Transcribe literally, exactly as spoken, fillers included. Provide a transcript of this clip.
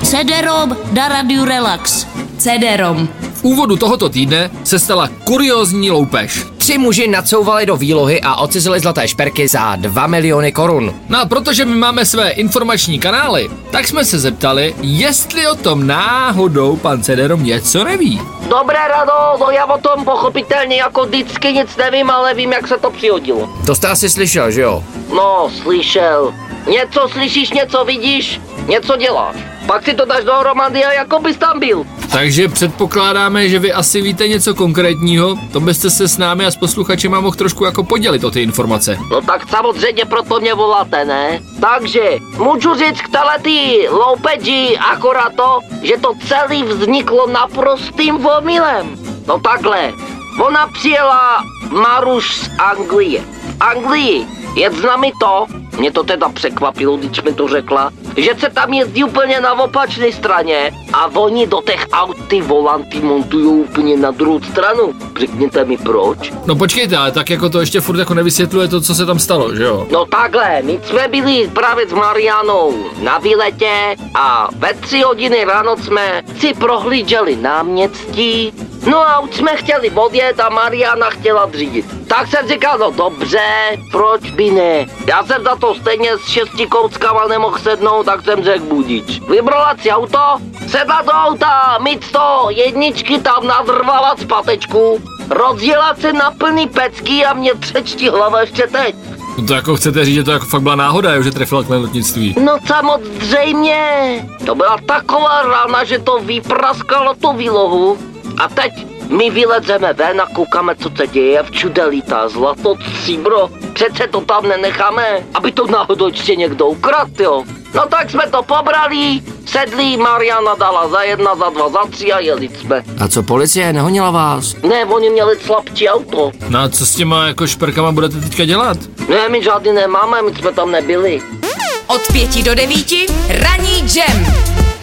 cé dé-rom na Radiu Relax. cé dé-rom. V úvodu tohoto týdne se stala kuriózní loupež. Tři muži nacouvali do výlohy a ocizili zlaté šperky za dva miliony korun. No a protože my máme své informační kanály, tak jsme se zeptali, jestli o tom náhodou pan cé dé-rom něco neví. Dobré, Rado, no já o tom pochopitelně jako vždycky nic nevím, ale vím, jak se to přihodilo. To jste asi slyšel, že jo? No, slyšel. Něco slyšíš, něco vidíš, něco děláš. Pak si to dáš dohromady a jako bys tam byl. Takže předpokládáme, že vy asi víte něco konkrétního, to byste se s námi a s posluchačima mohl trošku jako podělit o ty informace. No tak samozřejmě proto mě voláte, ne? Takže můžu říct k této loupeži akorát to, že to celé vzniklo naprostým omylem. No takhle, ona přijela Maruš z Anglie. V Anglii je známý to, mě to teda překvapilo, když mi to řekla, že se tam jezdí úplně na opačné straně a oni do těch aut ty volanty montují úplně na druhou stranu. Řekněte mi proč? No počkejte, ale tak jako to ještě furt jako nevysvětluje to, co se tam stalo, že jo? No takhle, my jsme byli právě s Marianou na výletě a ve tři hodiny ráno jsme si prohlíželi náměstí. No a už jsme chtěli odjet a Mariana chtěla řídit. Tak jsem říkal, no dobře, proč by ne? Já jsem za to stejně s šesti kouckama nemohl sednout, tak jsem řekl budič. Vybrala si auto, sedla do auta, místo jedničky tam nadrvala zpátečku, rozjela se na plný pecky a mě třečtí hlava ještě teď. No to jako chcete říct, že to jako fakt byla náhoda, jo, že trefila k letnictví. No samozřejmě, to byla taková rána, že to vypraskalo tu výlohu. A teď my vylezeme ven a koukáme, co se děje, všude lítá zlato, stříbro. Přece to tam nenecháme, aby to náhodou ještě někdo ukradl, jo. No tak jsme to pobrali, sedli, Mariana dala za jedna, za dva, za tři a jeli jsme. A co policie, nehonila vás? Ne, oni měli slabší auto. No a co s těma jako šperkama budete teďka dělat? Ne, my žádný nemáme, my jsme tam nebyli. Od pěti do devíti ranní džem.